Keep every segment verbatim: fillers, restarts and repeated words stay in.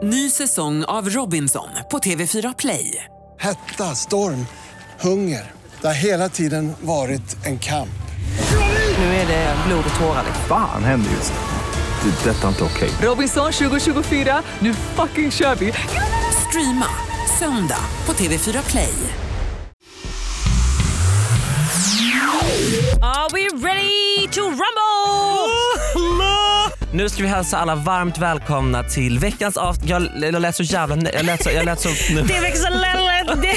Ny säsong av Robinson på T V fyra Play. Hetta, storm, hunger. Det har hela tiden varit en kamp. Nu är det blod och tårar. Fan händer just det. Det är detta inte okej. Robinson tjugo tjugofyra, nu fucking kör vi. Streama söndag på T V fyra Play. Are we ready to rumble? Nu ska vi hälsa alla varmt välkomna till veckans avsnitt. Jag, jag lät så jävla... Jag lät så... Jag lät så nu. Det växer lätt.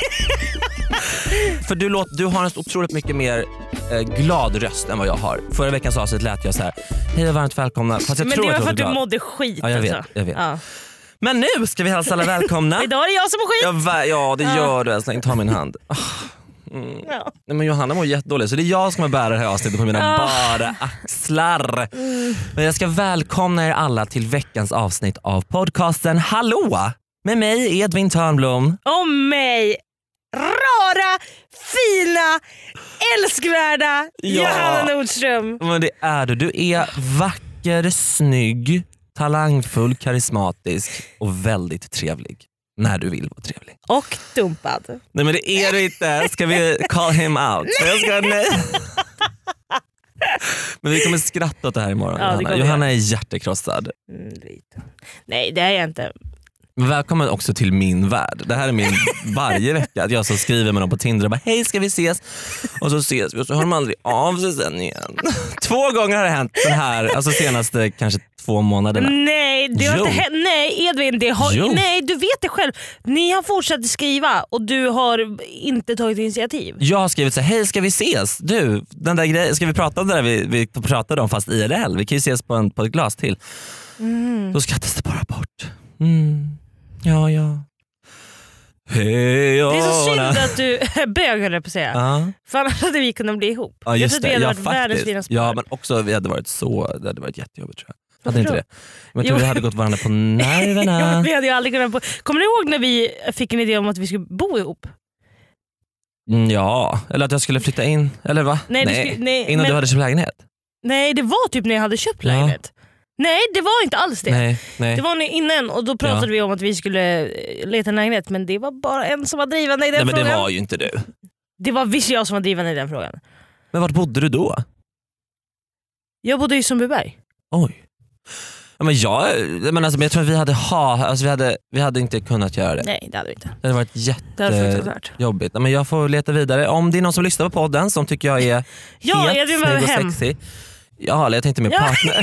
För du, låt, du har en så otroligt mycket mer eh, glad röst än vad jag har. Förra veckans avsnitt lät jag så här: hej och varmt välkomna. Fast jag Men tror det var att för att du glad. mådde skit. Ja, jag vet. Alltså. Jag vet. Ja. Men nu ska vi hälsa alla välkomna. Idag är det jag som har skit. Ja, va, ja det Ja. gör du älskling. Ta min hand. Oh. Mm. Ja. Nej, men Johanna mår jättedåligt, så det är jag som har bära det här avsnittet på mina Ja. bara axlar. Mm. Men jag ska välkomna er alla till veckans avsnitt av podcasten Hallå! Med mig Edvin Törnblom. Och mig, rara, fina, älskvärda Ja. Johanna Nordström. Men det är du. Du är vacker, snygg, talangfull, karismatisk och väldigt trevlig. När du vill vara trevlig. Och dumpad. Nej, men det är du inte. Ska vi call him out? Jag ska, nej. Men vi kommer skratta åt det här imorgon. Ja, Johanna. Johanna är hjärtekrossad. Mm, lite. Nej, det är jag inte. Men välkommen också till min värld. Det här är min varje vecka. Att jag så skriver med dem på Tinder och bara hej, ska vi ses? Och så ses vi och så hör de aldrig av sig sen igen. Två gånger har det hänt den här, alltså senaste kanske två månaderna. Nej, det har Jo. inte hänt. Nej, Edvin, det har, Jo. nej, du vet det själv. Ni har fortsatt skriva och du har inte tagit initiativ. Jag har skrivit så här: hej, ska vi ses? Du, den där grejen, ska vi prata om det där vi, vi pratade om fast I R L? Vi kan ju ses på, en, på ett glas till. Mm. Då skrattas det bara bort. Mm. Ja, ja. Hej, Det är så Johanna. synd att du bög, höll jag på att säga. Ja. För annars hade vi kunnat bli ihop. Ja, Jag just tror att det. vi hade Ja, varit världens faktiskt. finaste Ja, par. men också vi hade varit så, det hade varit jättejobbigt tror jag. Hade Varför inte då? det? Men jag tror Jo. vi hade gått varandra på Ja, nerverna. men vi hade ju aldrig kunnat bo. Kommer du ihåg när vi fick en idé om att vi skulle bo ihop? Mm, ja, eller att jag skulle flytta in. Eller va? Nej, du skulle- nej, Innan men- du hade köpt lägenhet? Nej, det var typ när jag hade köpt Ja. lägenhet. Nej, det var inte alls det. Nej, nej. Det var när- innan och då pratade Ja. vi om att vi skulle eh, leta en lägenhet, men det var bara en som var drivande i den nej men frågan. det var ju inte du. Det var visst jag som var drivande i den frågan. Men vart bodde du då? Jag bodde i Sundbyberg. Oj. Ja, men jag, men alltså, men jag tror att vi hade, ha, alltså, vi, hade, vi hade inte kunnat göra det. Nej, det hade vi inte. Det hade varit Det hade varit fruktansvärt. jättejobbigt. Ja, men jag får leta vidare. Om det är någon som lyssnar på podden som tycker jag är Ja, het, jag vill snygg och hem. sexy. Ja, jag tänkte med Ja. partner.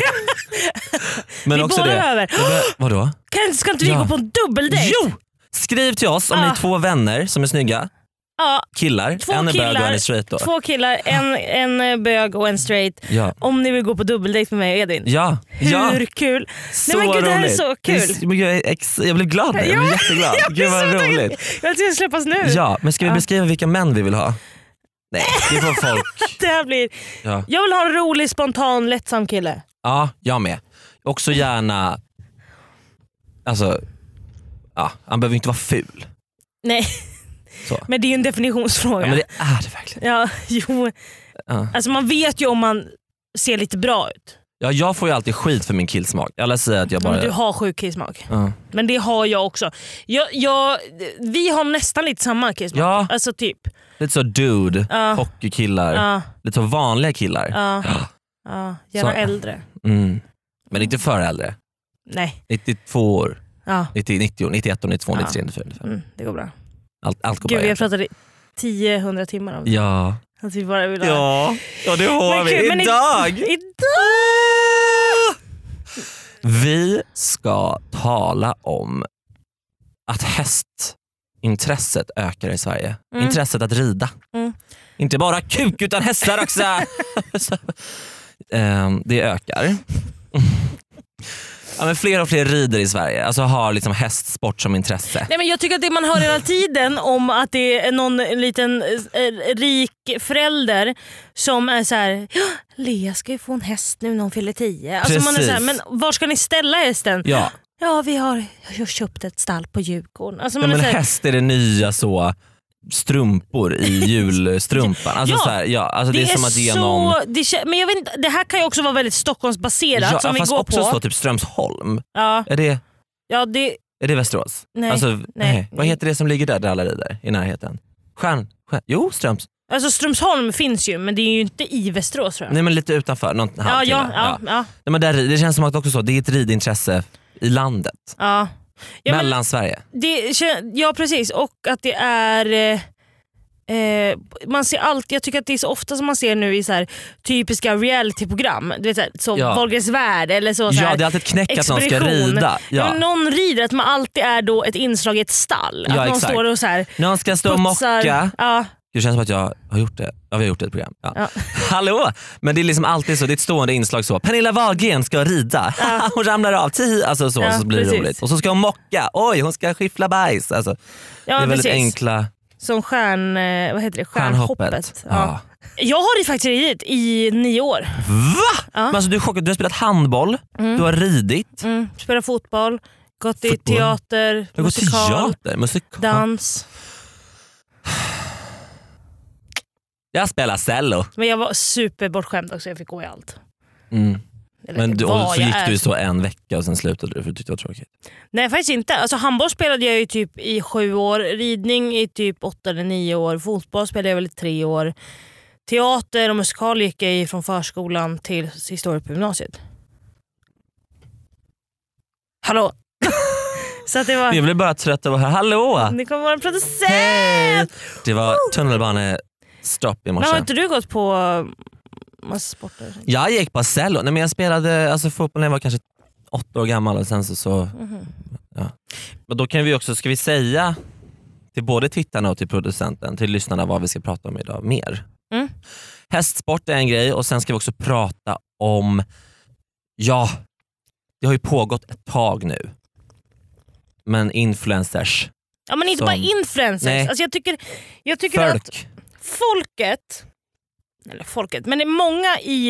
Men Vi också båda det. behöver. Jag be- Vadå? Kan, ska inte vi Ja. gå på en dubbeldejt? Jo! Skriv till oss om Ah. ni är två vänner som är snygga. Ja, Killar. två en är bög och en är killar, straight då. två killar, en, en bög och en straight. Ja. Om ni vill gå på dubbeldejt med mig och Edvin. Ja. Hur ja. kul? Så Nej men gud, det här är roligt. så kul. Det är- men Jag, är ex- jag blev glad nu. Jag blev Ja. jätteglad. Jag blir Gud vad så taggad. roligt. Jag vill att det ska släppas nu. Ja, men ska vi Ja. beskriva vilka män vi vill ha? Nej, det får folk. Det här blir... Ja, Jag vill ha en rolig, spontan, lättsam kille. ja jag med. Också gärna, alltså, ja, han behöver inte vara ful. Nej, Så. men det är ju en definitionsfråga. Ja, men det är det verkligen. Ja, jo. Ja. Alltså man vet ju om man ser lite bra ut. Ja, jag får ju alltid skit för min killsmak. Alla säger att jag bara... Men du har sjuk killsmak. Ja. Men det har jag också. Jag, jag, vi har nästan lite samma killsmak. Ja. Alltså typ. Lite så dude, Ja. hockeykillar, Ja, lite så vanliga killar. ja, ja. Gärna Så- äldre. Mm. Men inte för äldre. Nej. nittiotvå år, Ja, nittio, nittio, nittioett, nittiotvå, Ja. nittiotre, nittiofyra, nittiofem. mm, det går bra. Allt, allt går Gud, bra vi har egentligen. pratat i tio hundra timmar om det. Ja. Att vi bara vill ha... Ja, ja det har Men vi. kul, men i- Idag! Idag! Vi ska tala om att hästintresset ökar i Sverige. Mm. Intresset att rida. Mm. Inte bara kuk utan hästar också. Ehm, det ökar. Ja, men fler och fler rider i Sverige. Alltså har liksom hästsport som intresse. Nej, men jag tycker att det man hör hela tiden om att det är någon liten eh, rik förälder som är så här: Lea ska ju få en häst nu när hon fyller tio. Alltså man är så här, men var ska ni ställa hästen? Ja, Ja, vi har, jag har köpt ett stall på Djurgården. Alltså ja man är men så här, häst är det nya så strumpor i julstrumpan. Alltså, Ja, så här, ja, alltså det, är som att ge någon... det, kä- men jag vet inte, det här kan ju också vara väldigt Stockholmsbaserat Ja, som vi fast går också på. så typ Strömsholm. Ja. Är det, Ja, det... Är det Västerås? Nej. Alltså, nej, nej. Vad nej. heter det som ligger där, där alla rider? I närheten? Stjärn? Stjärn. Jo, Ströms. Alltså Strömsholm finns ju, men det är ju inte i Västerås tror jag. Nej, men lite utanför. Någon ja, halvtimme. ja, ja, ja. Nej, men där, det känns som att också så, det är ett ridintresse i landet. ja. ja Mellan men, Sverige. det, ja, precis. Och att det är... Eh, Eh, man ser alltid, jag tycker att det är så ofta som man ser nu i så här typiska realityprogram, du vet så här, så Ja. Wahlgrens värld eller så, så här, Ja, det är alltid ett knäck att någon ska expedition. rida. Ja. Ja, någon rider, att man alltid är då ett inslag i ett stall. Ja, att någon exakt. står och så här Någon ska stå och putsar. mocka. Ja. Det känns som att jag har gjort det. Ja, vi har gjort det i ett program. Ja. Ja. Hallå! Men det är liksom alltid så, det är ett stående inslag så. Pernilla Wahlgren ska rida. Ja. Hon ramlar av. Tio. Alltså så, Ja, så blir det precis. roligt. Och så ska hon mocka. Oj, hon ska skiffla bajs. Alltså, det Ja, är väldigt precis. enkla... Som stjärn, eh, vad heter det? Stjärnhoppet. Stjärnhoppet. Ja. Ja. Jag har ju faktiskt ridit i nio år. Va? Men alltså, du, är chockad. Du har spelat handboll, du har ridit, Mm. Spelat fotboll, gått i Fotboll. teater, du har gått till musikal, teater, musikal. dans. Jag spelar cello. Men jag var superbortskämd också, jag fick gå i allt. Mm. Eller Men du, och vad så jag gick är. du så en vecka och sen slutade du för du tyckte det var tråkigt. Nej faktiskt inte. Alltså, handboll spelade jag ju typ i sju år, ridning i typ åtta eller nio år, fotboll spelade jag väl i tre år. Teater och musikal gick jag i från förskolan till historia på gymnasiet. Hallå! Så att det var... Jag blev bara trött av att höra hallå! Det kommer vara en producent! Hej! Det var tunnelbanestopp i morse. Men har inte du gått på massa sporter? Jag gick på cello. Nej, men jag spelade alltså, fotboll när jag var kanske åtta år gammal och sen så... så Mm-hmm. ja. Men då kan vi också, ska vi säga till både tittarna och till producenten, till lyssnarna vad vi ska prata om idag mer. Mm. Hästsport är en grej och sen ska vi också prata om, ja, det har ju pågått ett tag nu. Men influencers. Ja men inte Som- bara influencers. Nej. Alltså, jag tycker, jag tycker att Folk. folket, eller folket, men det är många i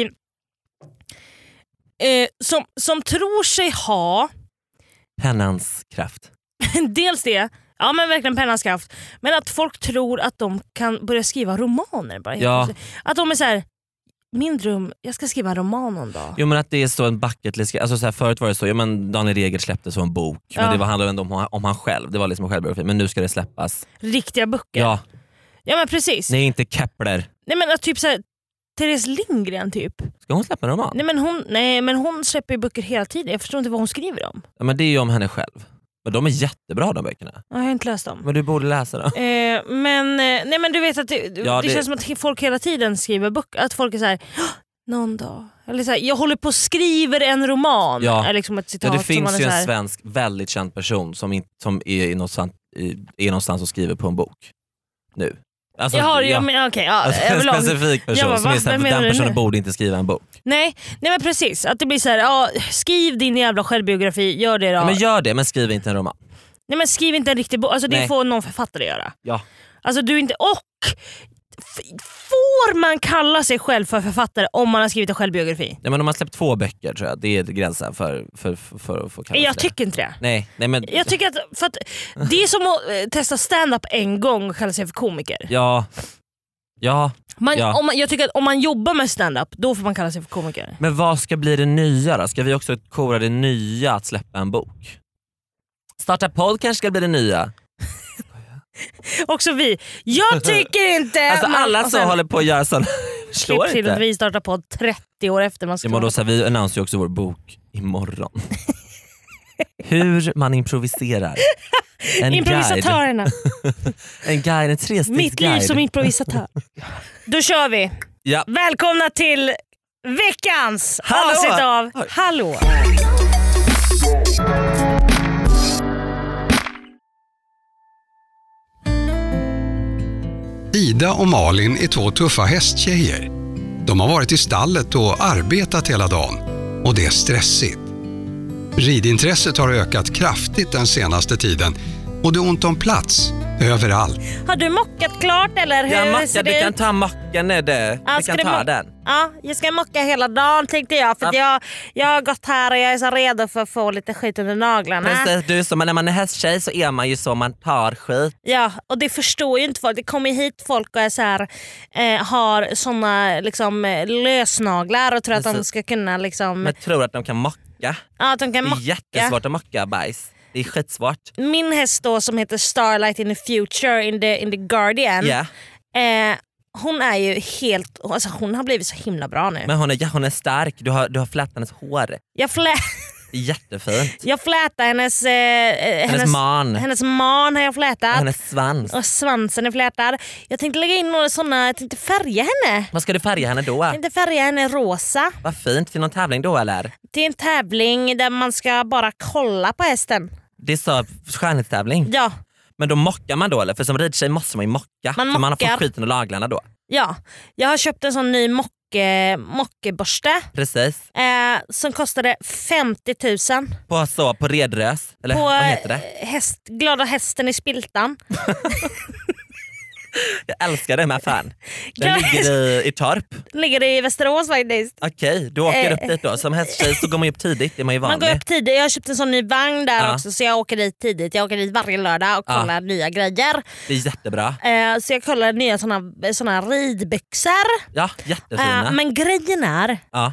eh, som, som tror sig ha Pennans kraft. dels det, ja men verkligen pennans kraft, men att folk tror att de kan börja skriva romaner bara helt Ja. plötsligt. Att de är så här: min dröm, jag ska skriva en roman någon dag. Jo, men att det är så en bucket list. Alltså, så här, förut var det så, ja, men Daniel Redger släppte så en bok. Men Ja. det var, handlade ändå om, om han själv. Det var liksom en självbiografi. Men nu ska det släppas. Riktiga böcker. Ja, Ja men precis. nej, inte Kepler. Nej men att typ så här, Therese Lindgren typ. Ska hon släppa en roman? Nej men, hon, nej men hon släpper ju böcker hela tiden. Jag förstår inte vad hon skriver om. Ja, men det är ju om henne själv. Men de är jättebra de böckerna. Jag har inte läst dem. Men du borde läsa dem. Eh, men, eh, nej, men du vet att det, Ja, det, det- känns som att folk hela tiden skriver böcker. Att folk är så här: någon dag. Eller så här, jag håller på och skriver en roman. Ja. Är liksom ett citat Ja, det som man finns är ju så en här, svensk väldigt känd person som, in, som är, i någonstans, i, är någonstans och skriver på en bok. Nu. Alltså, jag har, ja. jag, men, okay, ja, Alltså, en överlag. specifik person Jag bara, som är va? så här, Vem menar den du personen nu? borde inte skriva en bok. Nej, nej men precis. Att det blir så här: ja, skriv din jävla självbiografi, gör det då. Ja, men gör det, men skriv inte en roman. Nej men skriv inte en riktig bok. Alltså, det Nej. får någon författare göra. Ja. Alltså du är inte... Och f- får man kalla sig själv för författare om man har skrivit en självbiografi? Ja, men om man släppt två böcker tror jag, det är gränsen för, för, för, för att få kalla Jag sig det. tycker inte det. Nej, nej men... Jag tycker att, för att det är som att eh, testa stand-up en gång och kalla sig för komiker. Ja. Ja. Man, Ja. om man, jag tycker att om man jobbar med stand-up, då får man kalla sig för komiker. Men vad ska bli det nya då? Ska vi också kora det nya att släppa en bok? Starta podd kanske ska bli det nya. Också vi. Jag tycker inte... Alltså men- alla och som sen håller på att göra sån... Slår klipp till att inte. vi startar podd trettio år efter man Ja, ska men då, så här, vi annonserar ju också vår bok imorgon. Hur man improviserar. En guide. Improvisatörerna. En guide, en trestegsguide. Mitt liv som improvisatör. Då kör vi. Ja. Välkomna till veckans Hallå! avsnitt av Oj. Hallå. Ida och Malin är två tuffa hästtjejer. De har varit i stallet och arbetat hela dagen och det är stressigt. Ridintresset har ökat kraftigt den senaste tiden och det är ont om plats överallt. Har du mockat klart eller hur Ja, ser Macka, det du kan ut? ta mackan är det. Ja, Vi ska kan du ta mo- den. Ja, jag ska mocka hela dagen tänkte jag. För att jag, jag har gått här och jag är så redo för att få lite skit under naglarna. Precis, du, så, men när man är hästtjej så är man ju så, man tar skit. Ja, och det förstår ju inte folk. Det kommer ju hit folk och är så här, eh, har såna liksom, eh, lösnaglar och tror att de Precis. ska kunna liksom, Men tror att de kan mocka. ja, att de kan Det är mocka. jättesvårt att mocka bajs. Det är skitsvårt. Min häst då som heter Starlight in the Future in the, in the Guardian. Yeah. Eh, hon är ju helt, alltså hon har blivit så himla bra nu. Men hon är, ja, hon är stark, du har, du har flätat hennes hår. Jag, flä, Jättefint. jag flätar hennes, eh, Hennes, hennes man. Hennes man har jag flätat. Och hennes svans. Och svansen är flätad. Jag tänkte lägga in några såna, jag tänkte färga henne. Vad ska du färga henne då? Jag tänkte färga henne rosa. Vad fint, till någon tävling då eller? Det är en tävling där man ska bara kolla på hästen. Det är så skönhetstävling. Ja, Men då mockar man då eller? För som ridtjej måste man ju mocka. Man för man har mockar. fått skiten och laglarna då. ja. Jag har köpt en sån ny mocke, mockeborste. Precis. Eh, som kostade femtio tusen. På, så, på redrös. Eller På vad heter det? eh, häst, glada hästen i Spiltan. Jag älskar den här fan. Den Glada ligger i, i Torp. Ligger det i Västerås faktiskt. Okej, du åker Eh. upp dit då. Som hästtjej så går man ju upp tidigt. Det är man ju van Man går med. upp tidigt. Jag har köpt en sån ny vagn där Ja. också så jag åker dit tidigt. Jag åker dit varje lördag och Ja. kollar nya grejer. Det är jättebra. Eh, så jag kollar nya såna, såna ridbyxor. Ja, jättefina. Eh, men grejen är, Ja.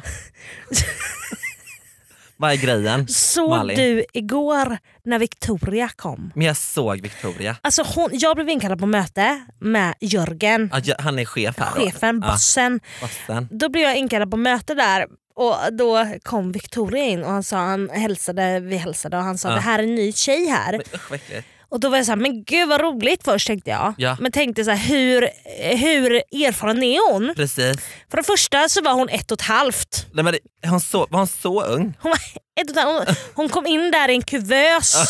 Vad är grejen? såg Malin? du igår när Victoria kom? Men jag såg Victoria. Alltså hon, jag blev inkallad på möte med Jörgen, Ja, jag- han är chef här då. chefen, Ja, bossen. bossen. Då blev jag inkallad på möte där och då kom Victoria in och han sa, han hälsade, vi hälsade och han sa Ja. det här är en ny tjej här. Men, usch, vad äckligt. Och då var jag såhär, men gud vad roligt först tänkte jag. Ja. Men tänkte så här, hur, hur erfaren är hon? Precis. För det första så var hon ett och ett halvt. Nej, men det, hon så, var hon så ung? Hon, var ett och ett halvt. Hon, hon kom in där i en kuvös.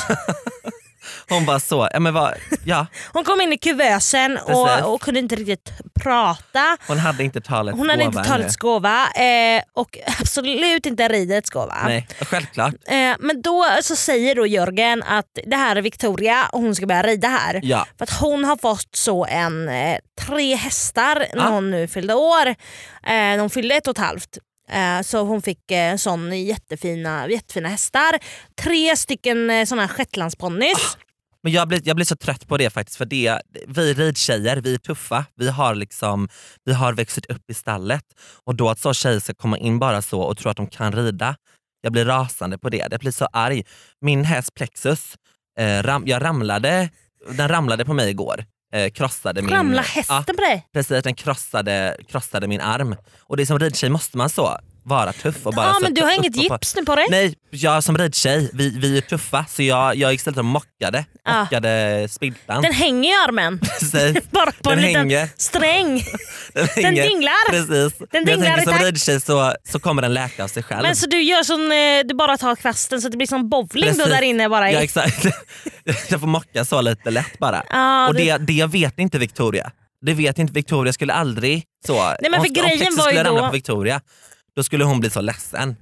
Hon var så, ja men vad, ja. Hon kom in i kuvösen Precis. och, och kunde inte riktigt prata. Hon hade inte talets Hon hade gåva inte talets gåva eh, och absolut inte ridets gåva. Nej, självklart. Eh, men då så säger då Jörgen att det här är Victoria och hon ska börja rida här. Ja. För att hon har fått så en eh, tre hästar när Ah. hon nu fyllde år. Eh, när hon fyllde ett och ett halvt. Eh, så hon fick eh, sån jättefina, jättefina hästar. Tre stycken eh, såna shetlandsponnys. Men jag blir, jag blir så trött på det faktiskt, för det, vi ridtjejer, vi är tuffa, vi har liksom vi har växt upp i stallet och då att så tjejer ska komma in bara så och tro att de kan rida, jag blir rasande på det, jag blir så arg. Min häst Plexus, eh, ram, jag ramlade, den ramlade på mig igår, eh, krossade min... Ramla hästen Ja, på dig. precis, den krossade, krossade min arm och det är som ridtjej måste man så vara tuff och bara Ja så men du ta har upp inget och på- gips nu på dig. Nej, jag som ridtjej, vi, vi är tuffa så jag, jag gick istället och mockade, Ja. mockade spiltan. Den hänger i armen. Precis. Bara på Den en liten hänger. sträng. Den, Den hänger. dinglar. Precis. Den Men jag dinglar tänker i som takt. ridtjej så, så kommer den läka av sig själv. Men så du gör sån, eh, du bara tar kvasten så det blir som bowling då Precis. där inne bara. I. Ja exakt. Jag får mocka så lite lätt bara. Ja, och det- det, det vet inte Victoria. Det vet inte Victoria, skulle aldrig så. Nej, men om, för grejen om Plexus var ju skulle ramla då- på Victoria, då skulle hon bli så ledsen.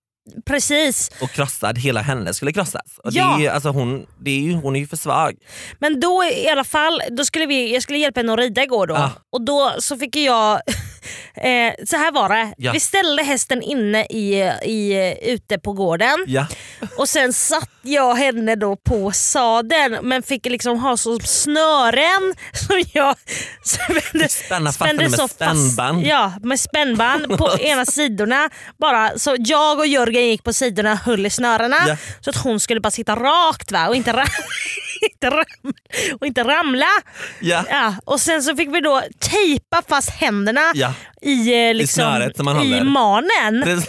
Precis. Och krossad, hela henne skulle krossas. Och Ja. det är ju, alltså hon, det är ju, hon är ju för svag. Men då i alla fall, då skulle vi, jag skulle hjälpa henne att rida igår då. Ah. Och då så fick jag, eh, så här var det. Ja. Vi ställde hästen inne i, i, ute på gården. Ja. Och sen satt jag henne då på sadeln men fick liksom ha så snören som jag spände, Spänna fast spände henne med så fast- spännband. Ja, med spännband på ena sidorna. Bara, så jag och Jörgen gick på sidorna och höll i snörena Ja. så att hon skulle bara sitta rakt va? Och, inte ra- inte ram- och inte ramla. Ja. Ja, och sen så fick vi då tejpa fast händerna Ja. i, eh, liksom, snöret som man i håller. manen. Precis.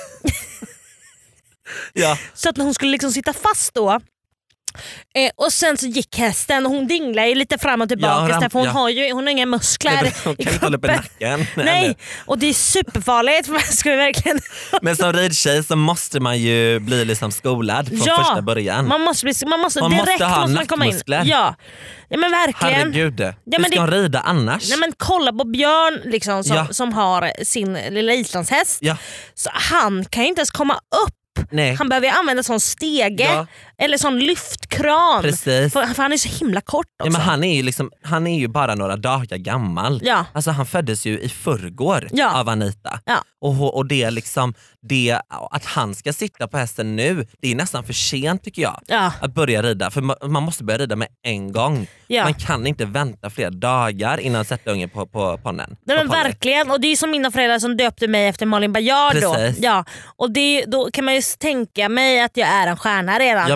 Ja. Så att hon skulle liksom sitta fast då. Eh, och sen så gick hästen och hon dinglade ju lite fram och tillbaka Ja, ram- för hon, ja. har ju, hon har inga muskler Hon i kan inte hålla upp i kroppen. nacken. Nej, och det är superfarligt för man ska verkligen... Men som ridtjej så måste man ju bli liksom skolad från Ja, första början. Man måste, bli, man måste Man direkt måste ha måste man komma in. nackmuskler. Ja. Ja men verkligen. Herregud, Ja, hur men ska hon det- rida annars? Nej, men kolla på Björn liksom, som, Ja. som har sin lilla islandshäst. Ja. Så han kan ju inte ens komma upp. Nej. Han behöver ju använda sån stege Ja. eller sån lyftkran. Precis. För, för han är så himla kort också. Ja, men han, är ju liksom, han är ju bara några dagar gammal. Ja. Alltså, han föddes ju i förrgår Ja. av Anita. Ja. Och, och det liksom, det, att han ska sitta på hästen nu, det är nästan för sent tycker jag. Ja. Att börja rida, för man, man måste börja rida med en gång. Ja. Man kan inte vänta flera dagar innan sätta ungen på, på ponnen. Nej, men på ponny. verkligen, och det är som mina föräldrar som döpte mig efter Malin Baryard då. Precis. Ja. Och det, då kan man ju tänka mig att jag är en stjärna redan. Ja, men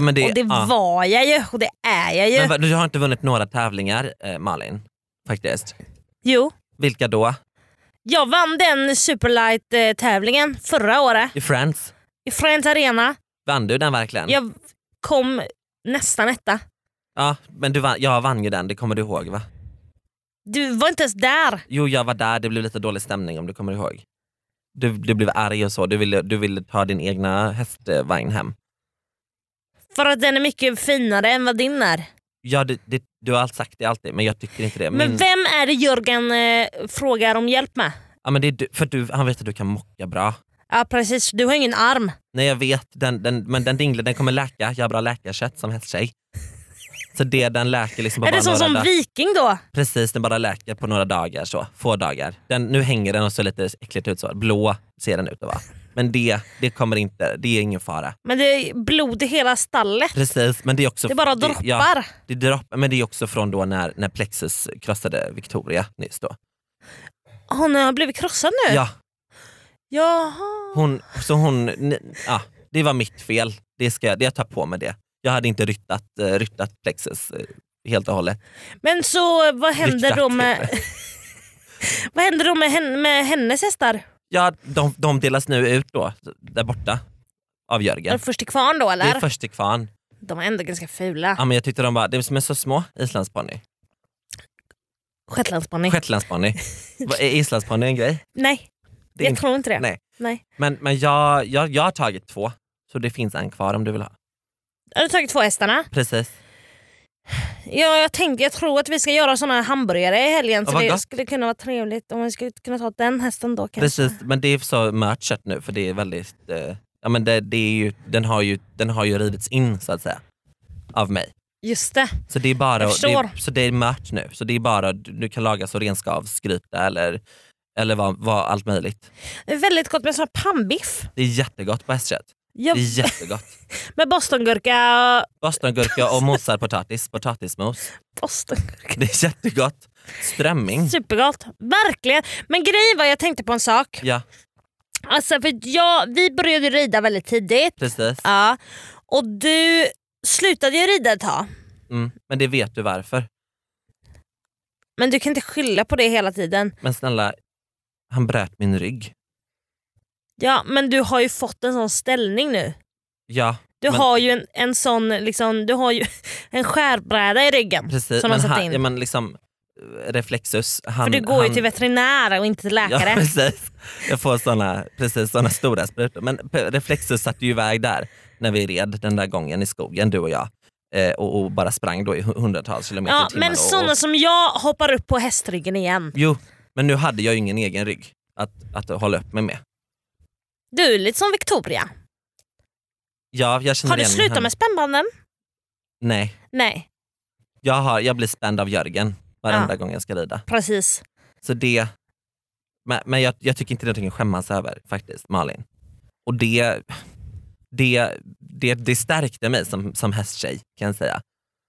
men det, och det ja. var jag ju och det är jag ju. Men du har inte vunnit några tävlingar, eh, Malin, faktiskt. Jo. Vilka då? Jag vann den Superlight-tävlingen förra året. I Friends? I Friends Arena. Vann du den verkligen? Jag kom nästan etta. Ja, men du vann, jag vann ju den, det kommer du ihåg va? Du var inte ens där. Jo, jag var där, det blev lite dålig stämning om du kommer ihåg. Du, du blev arg och så, du ville, du ville ta din egna hästvagn hem. För att den är mycket finare än vad din är. Ja, det, det, du har allt sagt det alltid, men jag tycker inte det. Men Min... vem är det Jörgen eh, frågar om hjälp med? Ja, men det är du, för du, han vet att du kan mocka bra. Ja precis, du har ingen arm. Nej jag vet, den, den, men den dinglar, den kommer läka. Jag har bra läkarkött som hästtjej. Så det den läker liksom på Är bara det som några som dagar. Viking då? Precis, den bara läker på några dagar så, få dagar. Den, nu hänger den och så lite äckligt ut så, blå ser den ut att vara. Men det, det kommer inte, det är ingen fara. Men det är blod i hela stallet. Precis, men det är också... Det bara droppar. Det, ja, det droppar, men det är också från då när, när Plexus krossade Victoria nyss då. Hon har blivit krossad nu? Ja, Jaha. hon, så hon, ja, det var mitt fel. Det ska det jag tar på mig det. Jag hade inte ryttat, uh, ryttat Plexus uh, helt och hållet. Men så vad händer Ryktat, då med vad händer då med, hen, med hennes hästar? Ja, de, de delas nu ut då, där borta av Är Jörgen. det först till kvarn då eller? Det är först till kvarn. De är ändå ganska fula. Ja, men jag tyckte de var, det är som är så små islandsponny. Shetlandsponny. Shetlandsponny. Vad är islandsponny en grej? Nej, Det är jag inte- tror inte det. Nej. Nej. Men, men jag, jag, jag har tagit två. Så det finns en kvar om du vill ha. Har du tagit två hästarna? Precis. Ja, jag tänkte, jag tror att vi ska göra såna här hamburgare i helgen. Ja, Så vad det gott. skulle kunna vara trevligt om vi skulle kunna ta den hästen då kanske. Precis, men det är så mört kött nu för det är väldigt eh, ja men det, det är ju, den har ju den har ju ridits in så att säga av mig. Just det. Så det är bara Jag det förstår. är, så det är mört nu. Så det är bara du, du kan laga så renskavsgryta eller eller vad, vad allt möjligt. Det är väldigt gott med sån här pannbiff. Det är jättegott på hästkött. Ja, Det är jättegott. med bostongurka. Bostongurka och mosad potatis, potatismos. Bostongurka. Det är jättegott. Strömming. Supergott. Verkligen. Men grejen var, jag tänkte på en sak. Ja, Alltså för jag, vi började rida väldigt tidigt. precis. Ja. Och du slutade ju rida ett tag. Mm. Men det vet du varför. Men du kan inte skylla på det hela tiden. Men snälla, han bröt min rygg. Ja, men du har ju fått en sån ställning nu. Ja, Du men- har ju en, en sån, liksom, du har ju en skärbräda i ryggen. precis. Som de Men, satt han, in. ja, men liksom reflexus. Han, För du går han, ju till veterinär och inte till läkare. Ja, precis. Jag får såna, precis såna stora sprutor. Men P- reflexus satt ju iväg där när vi red den där gången i skogen, du och jag. Eh, och, och bara sprang då i hu- hundratals kilometer Ja, i timmen. men och, såna och, som jag hoppar upp på hästryggen igen. Jo, men nu hade jag ju ingen egen rygg att, att hålla upp mig med. Du är lite som Victoria. Ja, jag känner Har du igen slutat henne. med spännbanden? Nej, Nej, jag, har, jag blir spänd av Jörgen varenda Ja. gång jag ska rida. precis. Så det, men, men jag, jag tycker inte det är någonting att skämmas över faktiskt, Malin. Och det, det, det, det stärkte mig som, som hästtjej kan jag säga.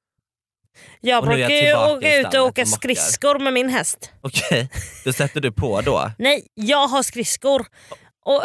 Jag Och nu är jag brukar ju tillbaka åka i ut och stallet åka och mockar. skridskor med min häst. Okej, då sätter du på då. Nej, jag har skridskor. Och,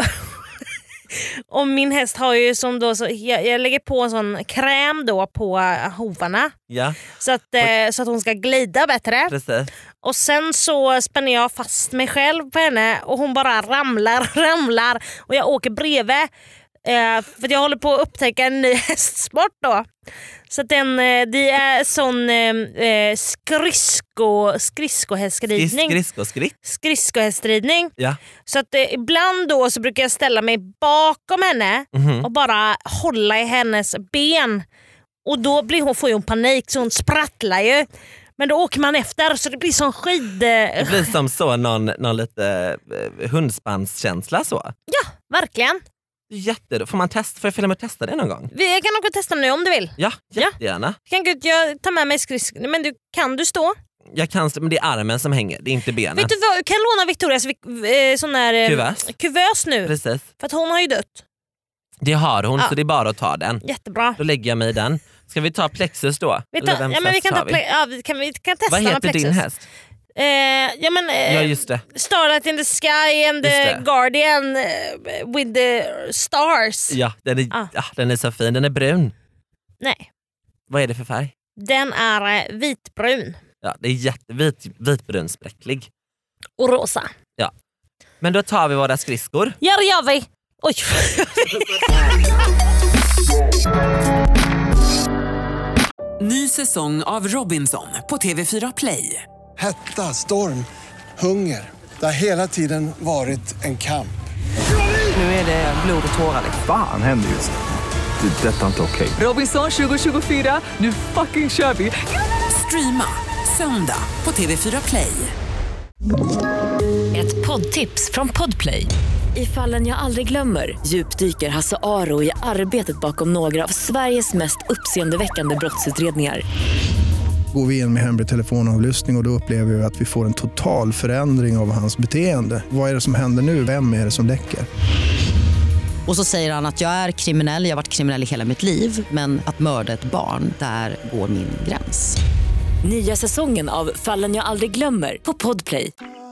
och min häst har ju som då, så jag, jag lägger på en sån kräm då på hovarna. Ja, Så att, eh, så att hon ska glida bättre. precis. Och sen så spänner jag fast mig själv på henne och hon bara ramlar ramlar och jag åker bredvid. Eh, för jag håller på att upptäcka en ny hästsport då. Så att den, eh, det är sån eh, skridsko, skridskohästridning. Skridskoskritt. Skridskohästridning. Ja. Så att eh, ibland då så brukar jag ställa mig bakom henne Mhm. och bara hålla i hennes ben. Och då blir hon, får hon panik så hon sprattlar ju. Men då åker man efter så det blir sån skid... Det blir som så någon, någon lite eh, hundspannskänsla så. Ja, verkligen. Jätte, får man testa, får jag följa med och testa det någon gång? Vi kan nog testa nu om du vill. Ja, jättegärna. Kan gå ut, jag tar med mig skridskor. Men du, kan du stå? Jag kan, men det är armen som hänger, det är inte benen. Vet du vad, kan låna Victorias eh, sån där, eh, Kuvös. kuvös nu. Precis. För att hon har ju dött. Det har hon, Ja. så det är bara att ta den. Jättebra. Då lägger jag mig i den. Ska vi ta Plexus då? Vi, Eller tar, vems ja, men vi, häst kan ta har vi? ple- ja, vi, kan, vi kan testa Vad med heter Plexus. din häst? Eh, ja, men, eh, Ja just det. Starlight in the Sky and the Just det. Guardian eh, with the stars. Ja, den är, Ah. ja, den är så fin, den är brun. Nej. Vad är det för färg? Den är eh, vitbrun. Ja, det är jättevit, vitbrunspräcklig. Och rosa. Ja. Men då tar vi våra skridskor. Ja, det gör vi. Oj. Ny säsong av Robinson på T V fyra Play. Hetta, storm, hunger. Det har hela tiden varit en kamp. Nu är det blod och tårar. Fan händer just det. Det är detta inte okej. Robinson tjugo tjugofyra, nu fucking kör vi. Streama söndag på T V fyra Play. Ett poddtips från Podplay. I Fallen jag aldrig glömmer djupdyker Hasse Aro i arbetet bakom några av Sveriges mest uppseendeväckande brottsutredningar. Går vi in med hemlig telefonavlyssning och, och då upplever vi att vi får en total förändring av hans beteende. Vad är det som händer nu? Vem är det som läcker? Och så säger han att jag är kriminell, jag har varit kriminell i hela mitt liv. Men att mörda ett barn, där går min gräns. Nya säsongen av Fallen jag aldrig glömmer på Podplay.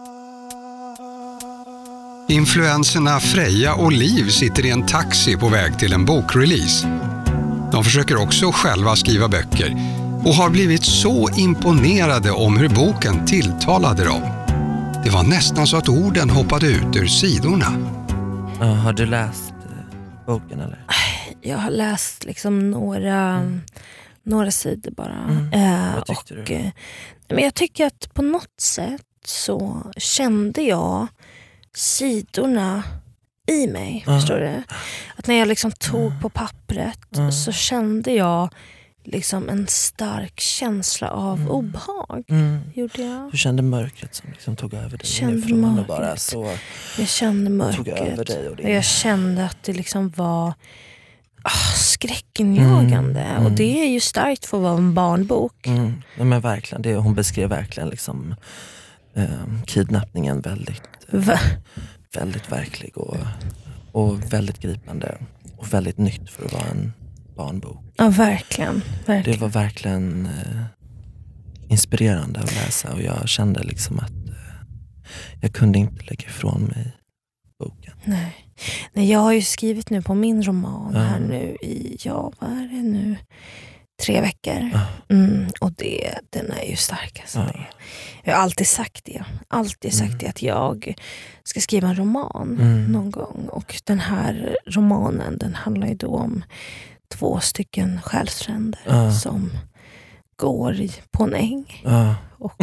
Influenserna Freja och Liv sitter i en taxi på väg till en bokrelease. De försöker också själva skriva böcker och har blivit så imponerade om hur boken tilltalade dem. Det var nästan så att orden hoppade ut ur sidorna. Ja, har du läst eh, boken eller? Jag har läst liksom några, mm. några sidor bara. Mm. Eh, Vad tyckte och, du? Eh, men jag tycker att på något sätt så kände jag sidorna i mig, uh. förstår du? Att när jag liksom tog uh. på pappret uh. så kände jag liksom en stark känsla av mm. obehag. Mm. Gjorde jag? Du kände mörkret som liksom tog över dig. Kände mörkret. Bara så jag kände mörkret. Tog över dig och, och jag kände att det liksom var oh, skräckinjagande. Mm. Och det är ju starkt för att vara en barnbok. Mm. Ja, men verkligen. Det, hon beskrev verkligen liksom eh, kidnappningen väldigt Va? väldigt verklig och, och väldigt gripande och väldigt nytt för att vara en barnbok. Ja, verkligen. verkligen. Det var verkligen eh, inspirerande att läsa och jag kände liksom att eh, jag kunde inte lägga ifrån mig boken. Nej. Nej, jag har ju skrivit nu på min roman ja. här nu i, ja vad är det nu? Tre veckor. Ja. Mm, och det, den är ju stark. Alltså Ja. det. Jag har alltid sagt det. Alltid sagt mm. det att jag ska skriva en roman mm. någon gång. Och den här romanen, den handlar ju då om två stycken själsfränder Ja. som går i, på en äng. Ja. Och,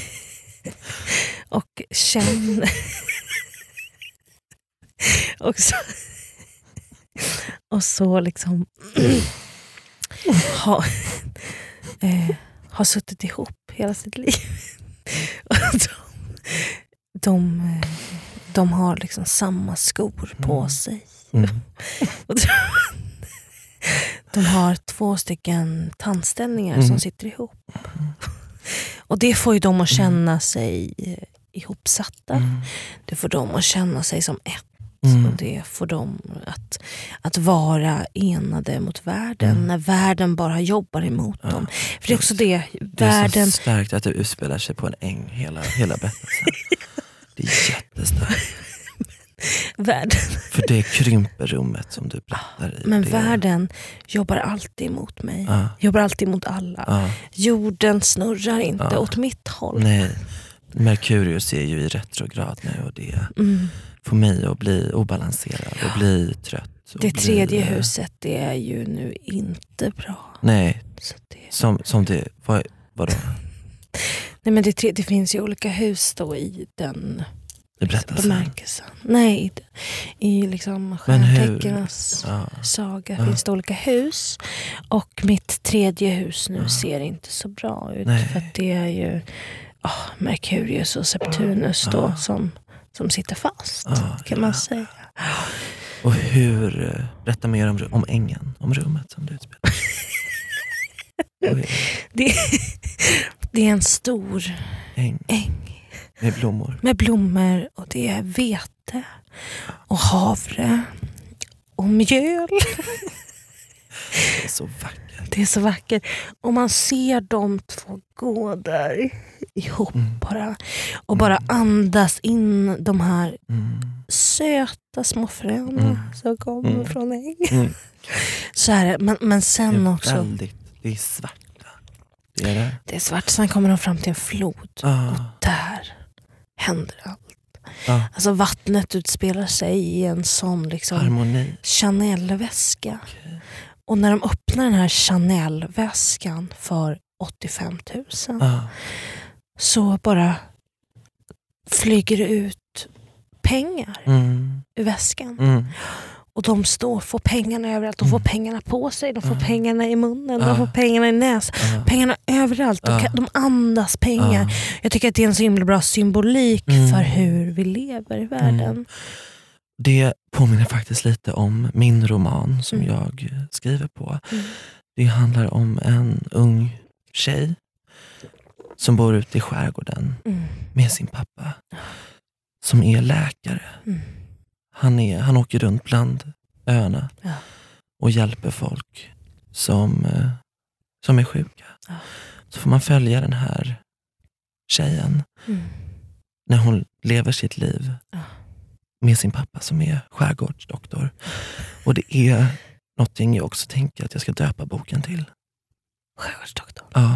och känner... och så... och så liksom... har, eh, har suttit ihop hela sitt liv. Och de, de, de har liksom samma skor på Mm. sig. Mm. Och de, de har två stycken tandställningar Mm. som sitter ihop. Och det får ju dem att känna sig ihopsatta. Mm. Det får dem att känna sig som ett. Mm. Och det får dem att, att vara enade mot världen mm. när världen bara jobbar emot ja. dem. För det är också det, Det världen... är så starkt att det utspelar sig på en äng hela, hela berättelsen. Det är jättestarkt. världen. För det krymper rummet som du berättar i. Men det... världen jobbar alltid emot mig. Ja. Jobbar alltid mot alla. Ja. Jorden snurrar inte Ja. åt mitt håll. Nej, Merkurius är ju i retrograd nu och det Mm. får mig att bli obalanserad och bli trött. Och Det bli, tredje huset, det är ju nu inte bra. Nej, Så det... som, som det, vad, vadå? Nej, men det, tre- det finns ju olika hus då i den I berättelsen? bemärkelsen. Nej, i liksom Men hur? stjärntecknarnas Ja. saga Ja. finns det olika hus. Och mitt tredje hus nu Ja. ser inte så bra ut. Nej. För att det är ju oh, Merkurius och Septunus då Ja. som, som sitter fast, Ja, kan ja. man säga. Och hur, eh, berätta mer om, om ängen, om rummet som du utspelar. Oj, Det, det är en stor äng äng med blommor. med blommor och det är vete och havre och mjöl. Det är så vackert. Det är så vackert. Och man ser de två gå där ihop bara. Och bara andas in de här Mm. söta små fröna Mm. som kommer Mm. från ägg. Mm. Så är det. Men, men sen Det är också... väldigt, det är svart. Det är det. Det är svart, sen kommer de fram till en flod. Ah. Och där händer allt. Ah. Alltså vattnet utspelar sig i en sån liksom Harmoni. Chanel-väska. Okay. Och när de öppnar den här Chanel-väskan för åttiofem tusen Ah. så bara flyger det ut pengar Mm. ur väskan. Mm. Och de står, får pengarna överallt. De får pengarna på sig, de får Ah. pengarna i munnen, Ah. de får pengarna i näsan. Ah. Pengarna överallt. De, Ah. kan, de andas pengar. Ah. Jag tycker att det är en så himla bra symbolik Mm. för hur vi lever i världen. Mm. Det påminner faktiskt lite om min roman som Mm. jag skriver på. Mm. Det handlar om en ung tjej som bor ute i skärgården Mm. med sin pappa som är läkare. Mm. Han, är, han åker runt bland öarna Ja. och hjälper folk som, eh, som är sjuka. Ja. Så får man följa den här tjejen Mm. när hon lever sitt liv Ja. med sin pappa som är skärgårdsdoktor. Och det är någonting jag också tänker att jag ska döpa boken till. Skärgårdsdoktor. Ja.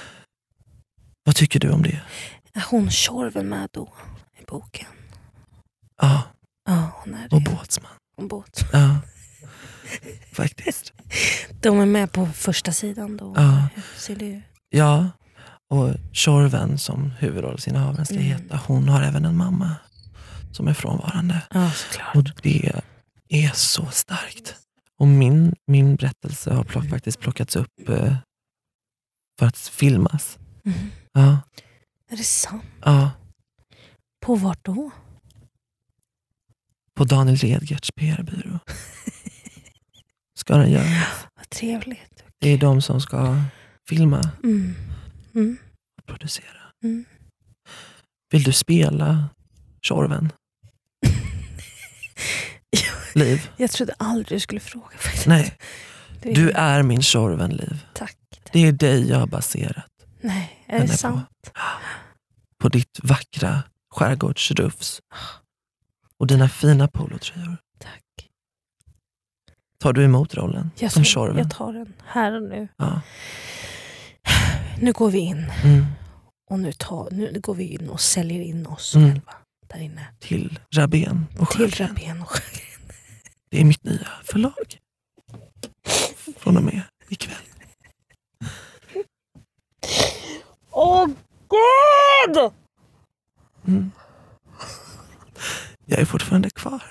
Vad tycker du om det? Är hon Tjorven med då i boken? Ja, Ja, hon är det. och båtsman. Hon båt. Ja, faktiskt. De är med på första sidan då. Ja. Hur ser det ut? Ja, och Tjorven som huvudrollsinnehavaren ska Mm. heta, hon har även en mamma som är frånvarande. Ja, såklart. Och det är så starkt. Och min, min berättelse har plock, faktiskt plockats upp eh, för att filmas. Mm. Ja, Är det sant? ja. På vart då? På Daniel Redgerts P R-byrå. Ska den göra. Vad trevligt. Det är de som ska filma Mm. Mm. och producera. Mm. Vill du spela Tjorven? Liv? Jag trodde aldrig du skulle fråga faktiskt. Nej, Det du är min Tjorven, Liv. Tack. tack. Det är dig jag har baserat. Nej, är Den det är sant? På. på ditt vackra skärgårdsrufs. Och dina fina polotröjor. Tack. Tar du emot rollen Jag, som tar, Tjorven? jag tar den här och nu. Ja. Nu går vi in. Mm. Och nu, tar, nu går vi in och säljer in oss Mm. själva. Där inne. Till Rabén och Till Sjögren. Rabén och Sjögren. Det är mitt nya förlag. Från och med ikväll. Åh gud! Mm. Jag är fortfarande kvar.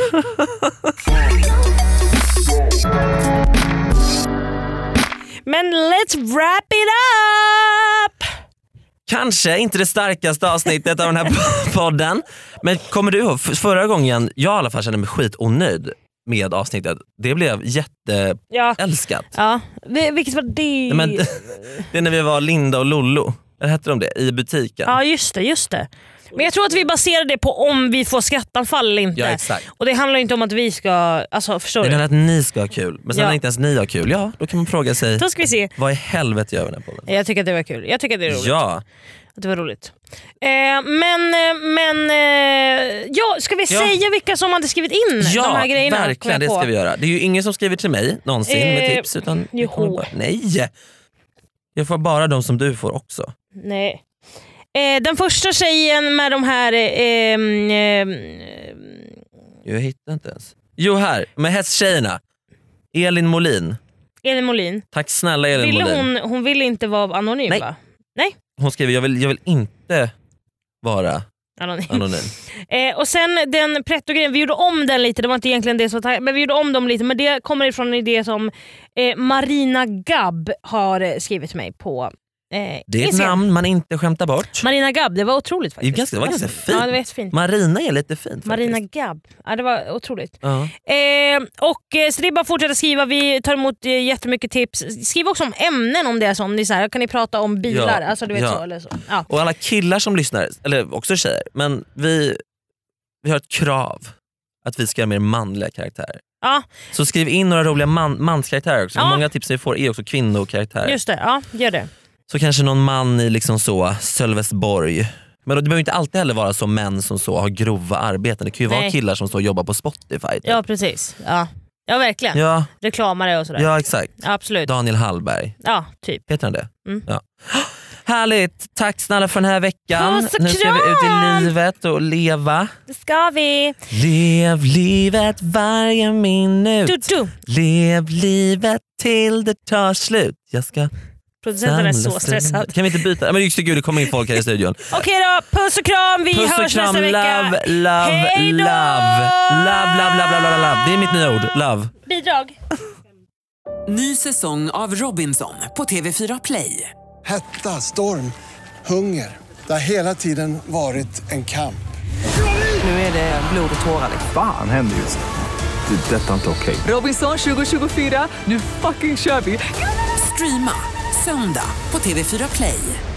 Men let's wrap it up! Kanske inte det starkaste avsnittet av den här podden. Men kommer du ihåg f- förra gången jag i alla fall kände mig skitonöjd med avsnittet. Det blev jätteälskat. Ja, ja. Vilket var det? Men det, det är när vi var Linda och Lollo. Eller hette de det? I butiken. Ja just det, just det. Men jag tror att vi baserar det på om vi får skrattanfall eller inte. Ja, exakt. Och det handlar inte om att vi ska, alltså förstår Det du? är att ni ska ha kul. Men sen Ja. när inte ens ni har kul, ja då kan man fråga sig, Då ska vi se. vad i helvete gör vi den här podden? Jag tycker att det var kul. Jag tycker att det är roligt. Ja. Att det var roligt. Eh, men, eh, men eh, ja, ska vi Ja. säga vilka som hade skrivit in de Ja, här grejerna? Kom verkligen, jag det på. ska vi göra. Det är ju ingen som skriver till mig någonsin med Eh, tips. Utan jo. kommer bara, nej! Jag får bara de som du får också. Nej. Eh, den första tjejen med de här... Eh, ehm, eh, Jag hittar inte ens. Jo, här, med hästtjejerna. Elin Molin. Elin Molin. Tack snälla Elin Ville Molin. hon, hon ville inte vara anonym Nej. va? Nej. Hon skriver, jag vill, jag vill inte vara Anonym. anonym. Eh, och sen den pretto-grejen, vi gjorde om den lite, det var inte egentligen det som var tag- men vi gjorde om dem lite, men det kommer ifrån en idé som eh, Marina Gabb har eh, skrivit till mig på eh, Det är ett Instagram. namn man inte skämtar bort. Marina Gabb, det var otroligt Det, är faktiskt. ganska, det var ganska fint. Ja, det var jättefint. Marina är lite fint Marina faktiskt. Gabb, ja, det var otroligt. Ja. Eh, och, eh, så det är bara att fortsätta skriva, vi tar emot eh, jättemycket tips. Skriv också om ämnen om det är som ni så här, kan ni prata om bilar, Ja, alltså du vet ja. så eller så. Ja. Och alla killar som lyssnar, eller också tjejer, men vi, vi har ett krav att vi ska ha mer manliga karaktärer. Ja, Så skriv in några roliga man, manskaraktärer också. Ja. Många tips vi får är också kvinnokaraktärer. just det, ja, gör det. så kanske någon man i liksom så Sölvesborg. Men det behöver inte alltid heller vara så män som så har grova arbeten. Det kan ju Nej. vara killar som så jobbar på Spotify. Typ. Ja, precis. Ja, ja verkligen. Ja. Reklamare och sådär. Ja, exakt. Absolut. Daniel Hallberg. Ja, typ. Heter han det? Mm. Ja. Härligt. Tack snälla för den här veckan. Puss och nu ska vi ut i livet och leva. Det ska vi. Lev livet varje minut. Du, du. Lev livet till det tar slut. Jag ska... Producenten är så stressad. Kan vi inte byta? Men just det, gud, det kommer in folk här i studion. Okej då, puss och kram. Vi puss och hörs kram, nästa vecka. Love, love, Hejdå! love. Love, love, love, love, love. Det är mitt nya ord. Love. Bidrag. Ny säsong av Robinson på T V fyra Play. Hetta, storm, hunger. Det har hela tiden varit en kamp. Nu är det blod och tårar. Fan händer just det. Det är detta inte okej. Robinson tjugo tjugofyra, nu fucking kör vi. Streama söndag på T V fyra Play.